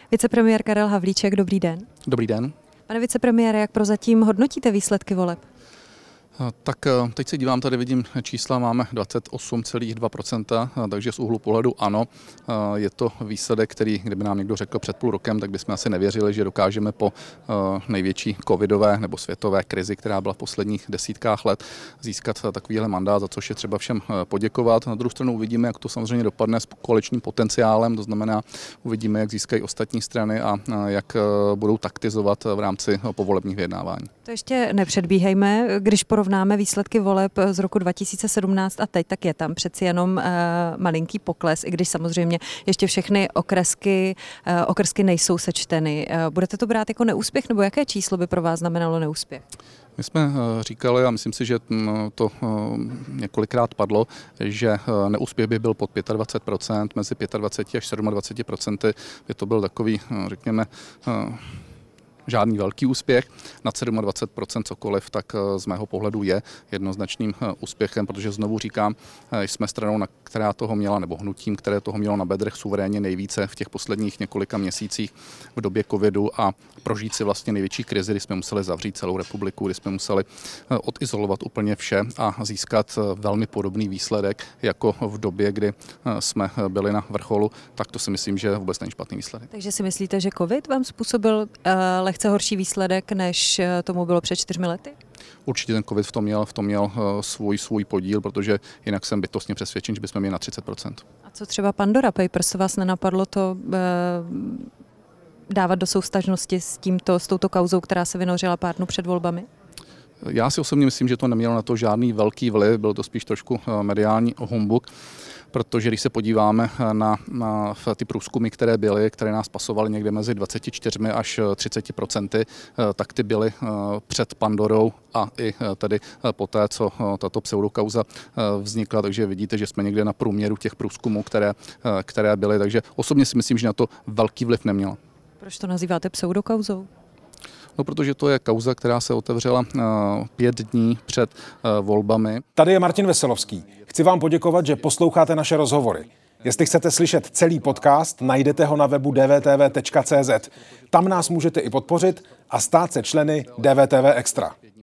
Vicepremiér Karel Havlíček, dobrý den. Dobrý den. Pane vicepremiére, jak prozatím hodnotíte výsledky voleb? Tak teď se dívám, tady vidím čísla, máme 28,2%, takže z úhlu pohledu ano, je to výsledek, který, kdyby nám někdo řekl před půl rokem, tak bychom asi nevěřili, že dokážeme po největší covidové nebo světové krizi, která byla v posledních desítkách let, získat takovýhle mandát, za což je třeba všem poděkovat. Na druhou stranu uvidíme, jak to samozřejmě dopadne s koaličním potenciálem, to znamená, uvidíme, jak získají ostatní strany a jak budou taktizovat v rámci povolebních vyjednávání. To ještě nepředbíhejme, když porovnáme výsledky voleb z roku 2017 a teď, tak je tam přeci jenom malinký pokles, i když samozřejmě ještě všechny okrsky nejsou sečteny. Budete to brát jako neúspěch, nebo jaké číslo by pro vás znamenalo neúspěch? My jsme říkali, a myslím si, že to několikrát padlo, že neúspěch by byl pod 25%, mezi 25 až 27% by to byl takový, řekněme, žádný velký úspěch, nad 27% cokoliv, tak z mého pohledu je jednoznačným úspěchem, protože znovu říkám, jsme stranou, která toho měla, nebo hnutím, které toho mělo na bedrech suverénně nejvíce v těch posledních několika měsících v době covidu a prožít si vlastně největší krizi, kdy jsme museli zavřít celou republiku, kdy jsme museli odizolovat úplně vše a získat velmi podobný výsledek jako v době, kdy jsme byli na vrcholu, tak to si myslím, že vůbec není špatný výsledek. Takže si myslíte, že covid vám způsobil lehce horší výsledek, než tomu bylo před 4 lety? Určitě ten covid v tom měl svůj podíl, protože jinak jsem bytostně přesvědčen, že bychom měli na 30%. A co třeba Pandora Papers, vás nenapadlo to dávat do souvztažnosti s touto kauzou, která se vynořila pár dnů před volbami? Já si osobně myslím, že to nemělo na to žádný velký vliv, byl to spíš trošku mediální humbuk, protože když se podíváme na ty průzkumy, které nás pasovaly někde mezi 24 až 30%, tak ty byly před Pandorou a i tedy poté, co tato pseudokauza vznikla, takže vidíte, že jsme někde na průměru těch průzkumů, které byly, takže osobně si myslím, že na to velký vliv neměla. Proč to nazýváte pseudokauzou? No, protože to je kauza, která se otevřela 5 dní před volbami. Tady je Martin Veselovský. Chci vám poděkovat, že posloucháte naše rozhovory. Jestli chcete slyšet celý podcast, najdete ho na webu dvtv.cz. Tam nás můžete i podpořit a stát se členy DVTV Extra.